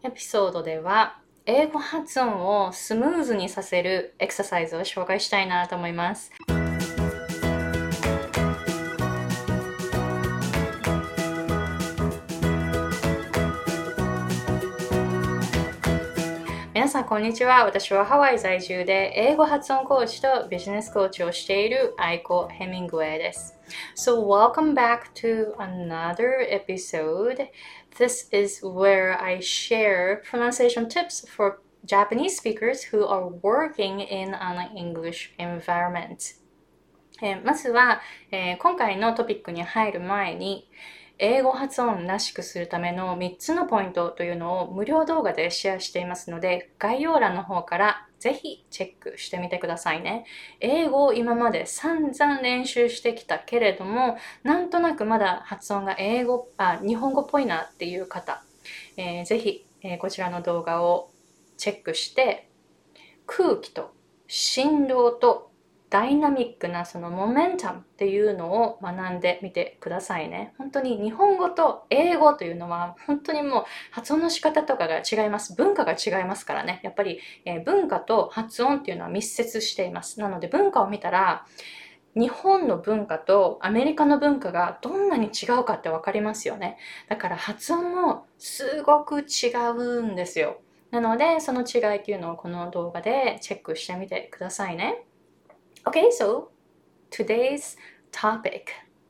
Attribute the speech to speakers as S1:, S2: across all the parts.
S1: エピソードでは、英語発音をスムーズにさせるエクササイズを紹介したいなと思います。皆さん、こんにちは。私はハワイ在住で英語発音コーチとビジネスコーチをしているアイコ・ヘミングウェイです。So, welcome back to another episode. This is where I share pronunciation tips for Japanese speakers who are working in an English environment. まずは、今回のトピックに入る前に、英語発音らしくするための3つのポイントというのを無料動画でシェアしていますので、概要欄の方からぜひチェックしてみてくださいね。英語を今まで散々練習してきたけれども、なんとなくまだ発音が日本語っぽいなっていう方、ぜひ、こちらの動画をチェックして、空気と振動とダイナミックなそのモメンタムっていうのを学んでみてくださいね。本当に日本語と英語というのは本当にもう発音の仕方とかが違います。文化が違いますからね。やっぱり、文化と発音っていうのは密接しています。なので文化を見たら日本の文化とアメリカの文化がどんなに違うかってわかりますよね。だから発音もすごく違うんですよ。なのでその違いっていうのをこの動画でチェックしてみてくださいね。Okay, so today's topic、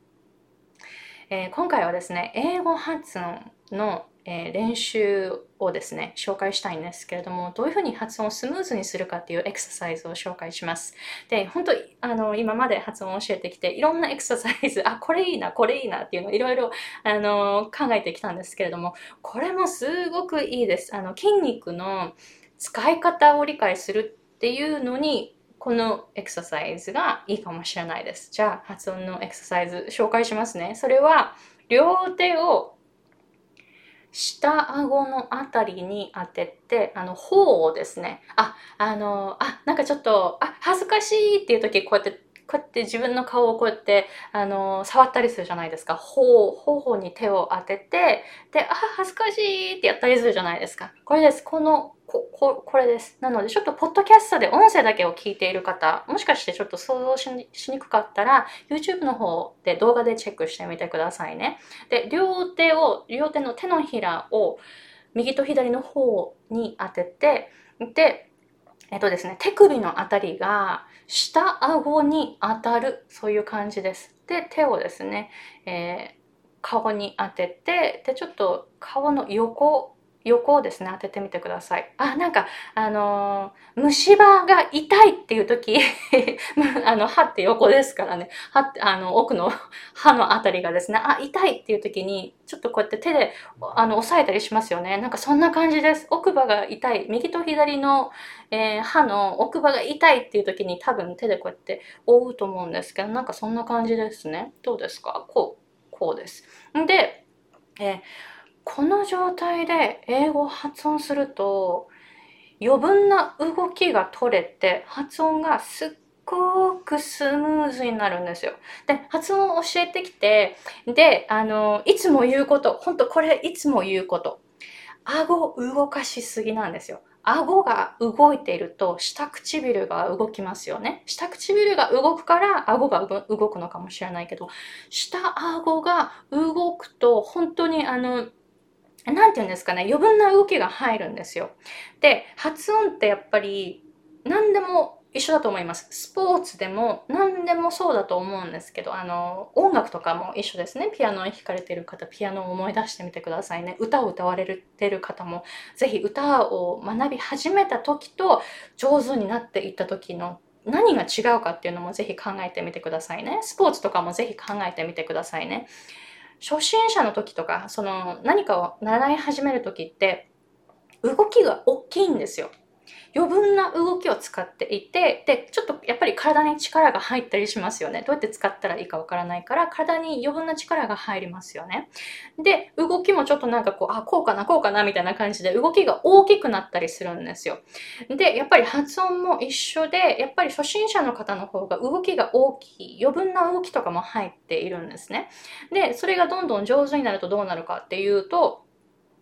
S1: 今回はですね、英語発音の、練習をですね、紹介したいんですけれども、どういうふうに発音をスムーズにするかっていうエクササイズを紹介します。で、本当今まで発音を教えてきて、いろんなエクササイズ、これいいな、これいいなっていうのをいろいろ、考えてきたんですけれども、これもすごくいいです。筋肉の使い方を理解するっていうのに、このエクササイズがいいかもしれないです。じゃあ、発音のエクササイズ紹介しますね。それは、両手を下顎のあたりに当てて、頬をですね、なんかちょっと、恥ずかしいっていう時、こうやって自分の顔をこうやって、触ったりするじゃないですか。頬に手を当てて、で、恥ずかしいってやったりするじゃないですか。これです。これです。なので、ちょっとポッドキャストで音声だけを聞いている方、もしかしてちょっと想像しにくかったら、YouTube の方で動画でチェックしてみてくださいね。で、両手の手のひらを右と左の方に当てて、で、ですね、手首のあたりが下顎に当たる、そういう感じです。で、手をですね、顔に当てて、で、ちょっと顔の横をですね、当ててみてください。なんか、虫歯が痛いっていう時、歯って横ですからね、歯って、奥の歯のあたりがですね、痛いっていう時に、ちょっとこうやって手で、押さえたりしますよね。なんかそんな感じです。奥歯が痛い。右と左の、歯の奥歯が痛いっていう時に多分手でこうやって覆うと思うんですけど、なんかそんな感じですね。どうですか？こうです。で、この状態で英語を発音すると余分な動きが取れて発音がすっごくスムーズになるんですよ。で、発音を教えてきて、で、いつも言うこと、本当これいつも言うこと。顎動かしすぎなんですよ。顎が動いていると下唇が動きますよね。下唇が動くから顎が動くのかもしれないけど、下顎が動くと本当になんて言うんですかね、余分な動きが入るんですよ。で、発音ってやっぱり何でも一緒だと思います。スポーツでも何でもそうだと思うんですけど、音楽とかも一緒ですね。ピアノを弾かれている方、ピアノを思い出してみてくださいね。歌を歌われている方も、ぜひ歌を学び始めた時と上手になっていった時の何が違うかっていうのもぜひ考えてみてくださいね。スポーツとかもぜひ考えてみてくださいね。初心者の時とか、何かを習い始める時って、動きが大きいんですよ。余分な動きを使っていて、で、ちょっとやっぱり体に力が入ったりしますよね。どうやって使ったらいいかわからないから、体に余分な力が入りますよね。で、動きもちょっとなんかこうかな、みたいな感じで動きが大きくなったりするんですよ。で、やっぱり発音も一緒で、やっぱり初心者の方の方が動きが大きい、余分な動きとかも入っているんですね。で、それがどんどん上手になるとどうなるかっていうと、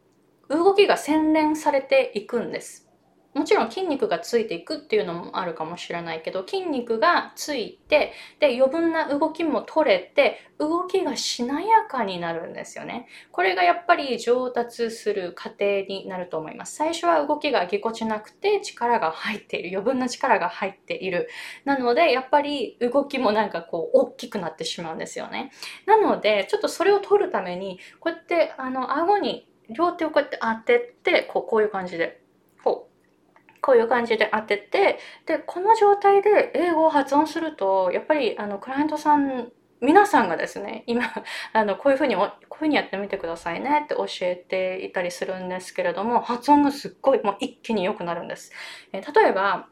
S1: 動きが洗練されていくんです。もちろん筋肉がついていくっていうのもあるかもしれないけど、筋肉がついて、で、余分な動きも取れて、動きがしなやかになるんですよね。これがやっぱり上達する過程になると思います。最初は動きがぎこちなくて力が入っている。余分な力が入っている。なので、やっぱり動きもなんかこう大きくなってしまうんですよね。なので、ちょっとそれを取るために、こうやって顎に両手をこうやって当てて、こういう感じで、こういう感じで当てて、で、この状態で英語を発音すると、やっぱりクライアントさん、皆さんがですね、今、こういうふうに、やってみてくださいねって教えていたりするんですけれども、発音がすっごいもう一気に良くなるんです。例えば、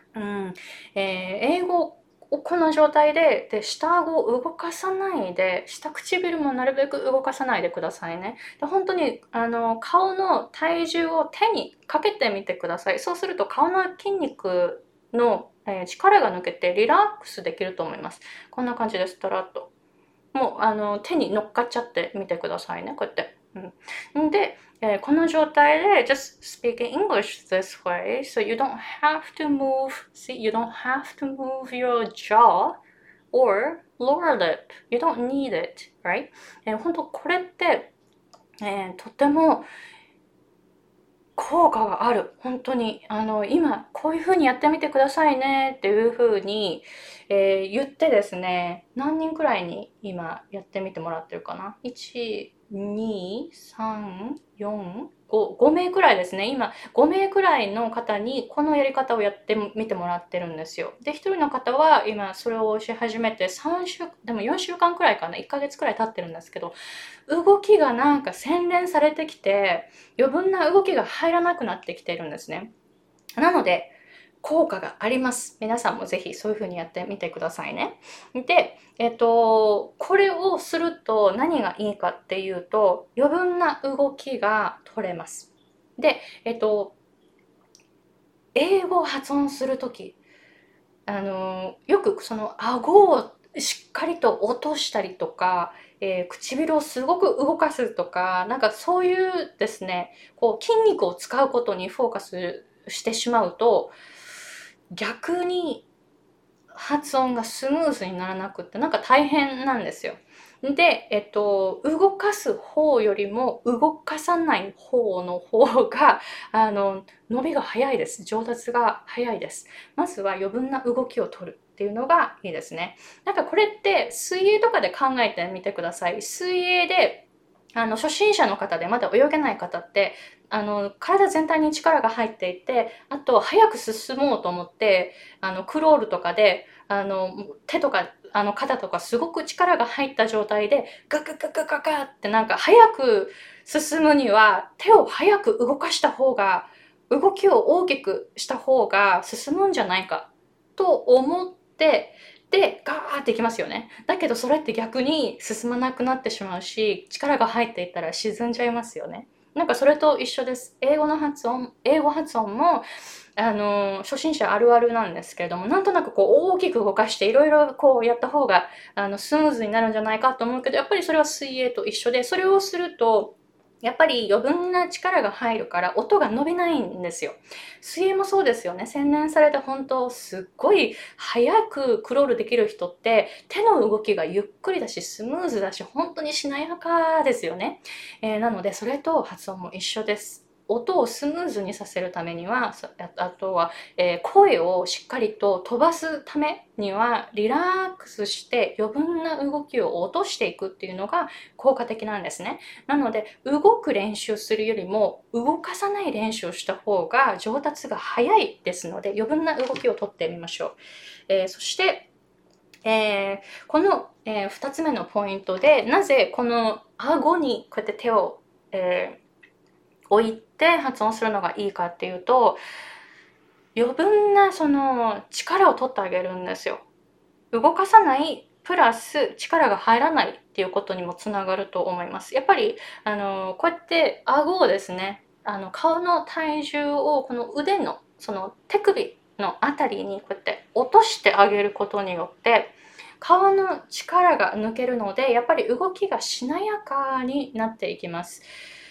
S1: 英語をこの状態で、下顎を動かさないで、下唇もなるべく動かさないでくださいね。で本当に、顔の体重を手にかけてみてください。そうすると顔の筋肉の、力が抜けてリラックスできると思います。こんな感じです。たらっと。もう手に乗っかっちゃってみてくださいね。こうやって。で、この状態で just speak in English this way, so you don't have to move, see, you don't have to move your jaw or lower lip. You don't need it, right? 本当これって、とても効果がある。本当に。今、こういう風にやってみてくださいねっていう風に、言ってですね、何人くらいに今やってみてもらってるかな？ 1、2、3、4、5名くらいですね。今、5名くらいの方にこのやり方をやってみてもらってるんですよ。で、1人の方は今それをし始めてでも4週間くらいかな、1ヶ月くらい経ってるんですけど、動きがなんか洗練されてきて、余分な動きが入らなくなってきているんですね。なので、効果があります。皆さんもぜひそういう風にやってみてくださいね。で、これをすると何がいいかっていうと、余分な動きが取れます。で、英語を発音するとき、よくその顎をしっかりと落としたりとか、唇をすごく動かすとか、なんかそういうですね、こう筋肉を使うことにフォーカスしてしまうと、逆に発音がスムーズにならなくって、なんか大変なんですよ。で、動かす方よりも動かさない方の方が、伸びが早いです。上達が早いです。まずは余分な動きを取るっていうのがいいですね。なんかこれって水泳とかで考えてみてください。水泳で初心者の方でまだ泳げない方って、体全体に力が入っていて、あと、早く進もうと思って、クロールとかで、手とか、肩とかすごく力が入った状態で、ガガガガガガってなんか早く進むには、手を早く動かした方が、動きを大きくした方が進むんじゃないかと思って、で、ガーっていきますよね。だけどそれって逆に進まなくなってしまうし、力が入っていったら沈んじゃいますよね。なんかそれと一緒です。英語発音も、初心者あるあるなんですけれども、なんとなくこう大きく動かしていろいろこうやった方が、スムーズになるんじゃないかと思うけど、やっぱりそれは水泳と一緒で、それをすると、やっぱり余分な力が入るから音が伸びないんですよ。水泳もそうですよね。洗練されて本当すっごい早くクロールできる人って手の動きがゆっくりだしスムーズだし本当にしなやかですよね。なのでそれと発音も一緒です。音をスムーズにさせるためには、あとは、声をしっかりと飛ばすためには、リラックスして余分な動きを落としていくっていうのが効果的なんですね。なので、動く練習するよりも、動かさない練習をした方が上達が早いですので、余分な動きをとってみましょう。そして、この、2つ目のポイントで、なぜこの顎にこうやって手を、置いて発音するのがいいかっていうと、余分なその力を取ってあげるんですよ。動かさないプラス力が入らないっていうことにもつながると思います。やっぱりこうやって顎をですね、顔の体重をこの腕のその手首のあたりにこうやって落としてあげることによって顔の力が抜けるので、やっぱり動きがしなやかになっていきます。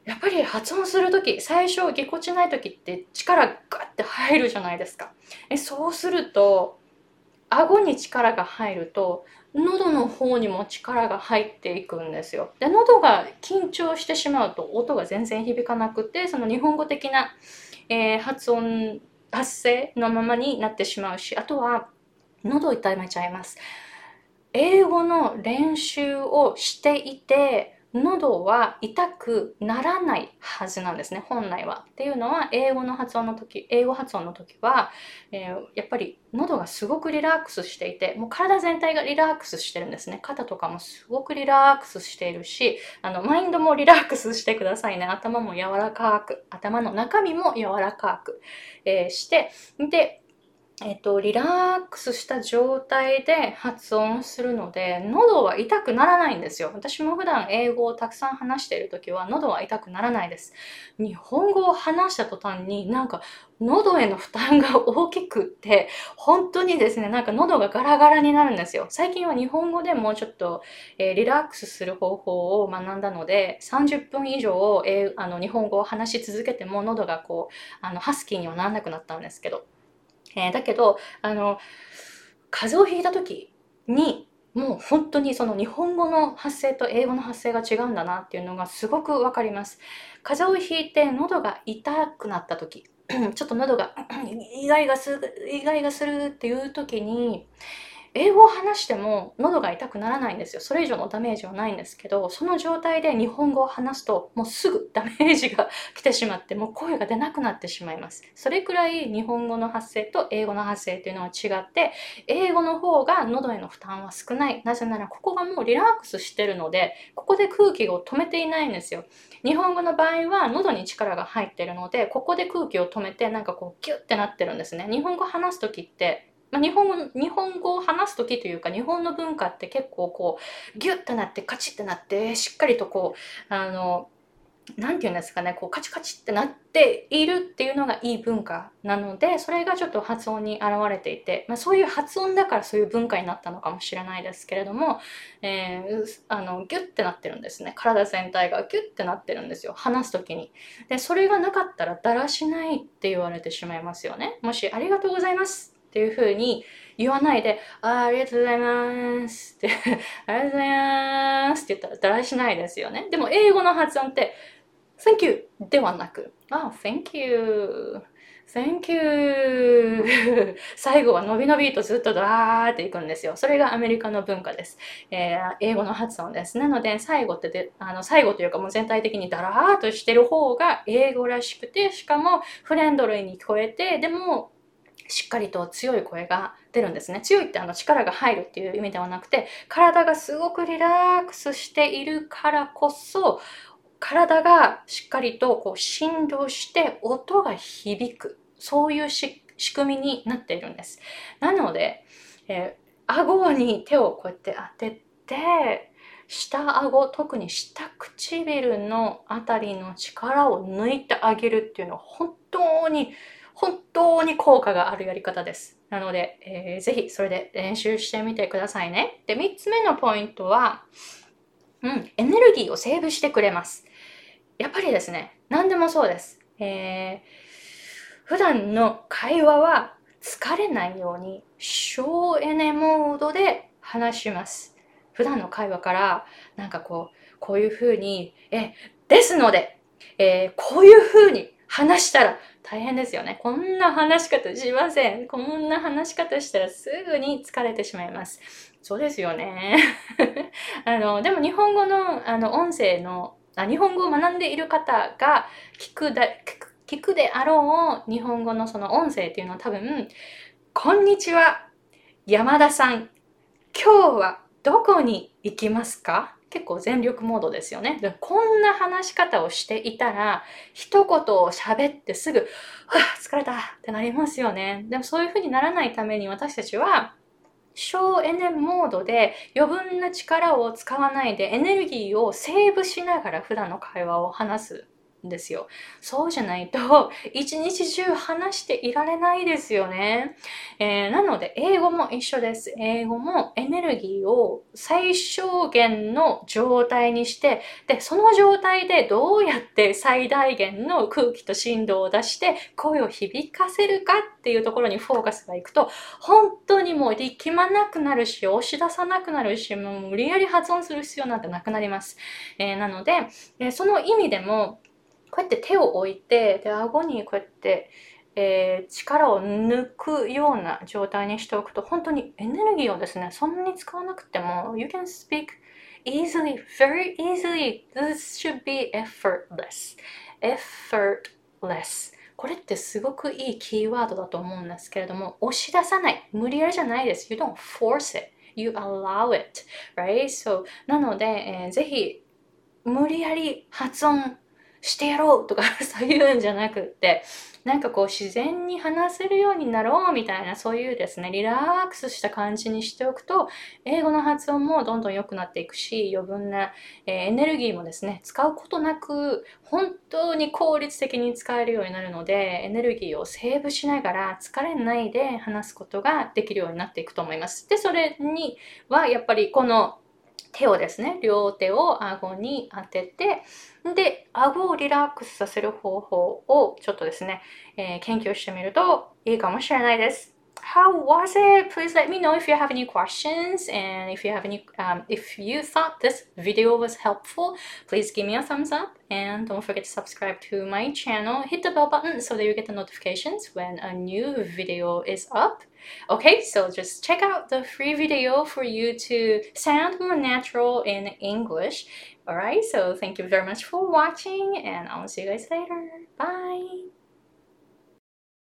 S1: やっぱり発音するとき、最初ぎこちないときって力がガッて入るじゃないですか。そうすると、顎に力が入ると、喉の方にも力が入っていくんですよ。で、喉が緊張してしまうと音が全然響かなくて、その日本語的な、発声のままになってしまうし、あとは喉を痛めちゃいます。英語の練習をしていて、喉は痛くならないはずなんですね、本来は。っていうのは、英語発音の時は、やっぱり喉がすごくリラックスしていて、もう体全体がリラックスしてるんですね。肩とかもすごくリラックスしているし、マインドもリラックスしてくださいね。頭も柔らかく、頭の中身も柔らかく、して、で、リラックスした状態で発音するので、喉は痛くならないんですよ。私も普段英語をたくさん話しているときは、喉は痛くならないです。日本語を話した途端に、なんか、喉への負担が大きくって、本当にですね、なんか喉がガラガラになるんですよ。最近は日本語でもちょっと、リラックスする方法を学んだので、30分以上、日本語を話し続けても喉がハスキーにはならなくなったんですけど、だけど、風邪をひいた時に、もう本当にその日本語の発声と英語の発声が違うんだなっていうのがすごくわかります。風邪をひいて喉が痛くなった時、ちょっと喉がイガイガする、イガイガするっていう時に、英語を話しても喉が痛くならないんですよ。それ以上のダメージはないんですけど、その状態で日本語を話すと、もうすぐダメージが来てしまって、もう声が出なくなってしまいます。それくらい日本語の発声と英語の発声というのは違って、英語の方が喉への負担は少ない。なぜならここがもうリラックスしてるので、ここで空気を止めていないんですよ。日本語の場合は喉に力が入ってるので、ここで空気を止めてなんかギュッてなってるんですね。日本語話すときって、日本語を話すときというか、日本の文化って結構ギュッてなって、カチッてなって、しっかりとなんていうんですかね、カチカチってなっているっていうのがいい文化なので、それがちょっと発音に現れていて、そういう発音だからそういう文化になったのかもしれないですけれども、ギュッてなってるんですね。体全体がギュッてなってるんですよ。話すときに。で、それがなかったらだらしないって言われてしまいますよね。もし、ありがとうございますっていう風に言わないで、ありがとうございますって、ありがとうございますって言ったらだらしないですよね。でも、英語の発音って、Thank you ではなく、Thank you。Thank you 最後はのびのびとずっとダーっていくんですよ。それがアメリカの文化です。英語の発音です。なので、最後最後というかもう全体的にダラーっとしてる方が英語らしくて、しかもフレンドリーに聞こえて、でも、しっかりと強い声が出るんですね。強いって力が入るっていう意味ではなくて、体がすごくリラックスしているからこそ、体がしっかりと振動して音が響く。そういう仕組みになっているんです。なので、顎に手をこうやって当てて、下顎、特に下唇のあたりの力を抜いてあげるっていうのは本当に効果があるやり方です。なので、ぜひそれで練習してみてくださいね。で、3つ目のポイントは、エネルギーをセーブしてくれます。やっぱりですね、何でもそうです。普段の会話は疲れないように省エネモードで話します。普段の会話からなんかこういう風に、ですので、こういう風に話したら大変ですよね。こんな話し方しません。こんな話し方したらすぐに疲れてしまいます。そうですよね。でも日本語の音声の日本語を学んでいる方が聞くであろう日本語のその音声っていうのは多分、こんにちは、山田さん。今日はどこに行きますか？結構全力モードですよね。でこんな話し方をしていたら、一言を喋ってすぐ、疲れたってなりますよね。でもそういう風にならないために私たちは、省エネモードで余分な力を使わないでエネルギーをセーブしながら普段の会話を話すですよ。そうじゃないと一日中話していられないですよね。なので英語も一緒です。英語もエネルギーを最小限の状態にして、でその状態でどうやって最大限の空気と振動を出して声を響かせるかっていうところにフォーカスがいくと、本当にもう力まなくなるし、押し出さなくなるし、もう無理やり発音する必要なんてなくなります。なので、その意味でもこうやって手を置いて、で顎にこうやって、力を抜くような状態にしておくと、本当にエネルギーをですね、そんなに使わなくても You can speak easily, very easily. This should be effortless. Effortless. これってすごくいいキーワードだと思うんですけれども、押し出さない。無理やりじゃないです。You don't force it. You allow it. Right? So, なので、ぜひ無理やり発音してやろうとかそういうんじゃなくって、なんかこう自然に話せるようになろうみたいな、そういうですね、リラックスした感じにしておくと、英語の発音もどんどん良くなっていくし、余分な、エネルギーもですね、使うことなく、本当に効率的に使えるようになるので、エネルギーをセーブしながら疲れないで話すことができるようになっていくと思います。で、それにはやっぱりこの手をですね、両手を顎に当てて、で、顎をリラックスさせる方法をちょっとですね、研究してみるといいかもしれないです。How was it? Please let me know if you have any questions, and if you have any, if you thought this video was helpful, please give me a thumbs up, and don't forget to subscribe to my channel. Hit the bell button so that you get the notifications when a new video is up. Okay, so just check out the free video for you to sound more natural in English. Alright, so thank you very much for watching, and I'll see you guys later. Bye!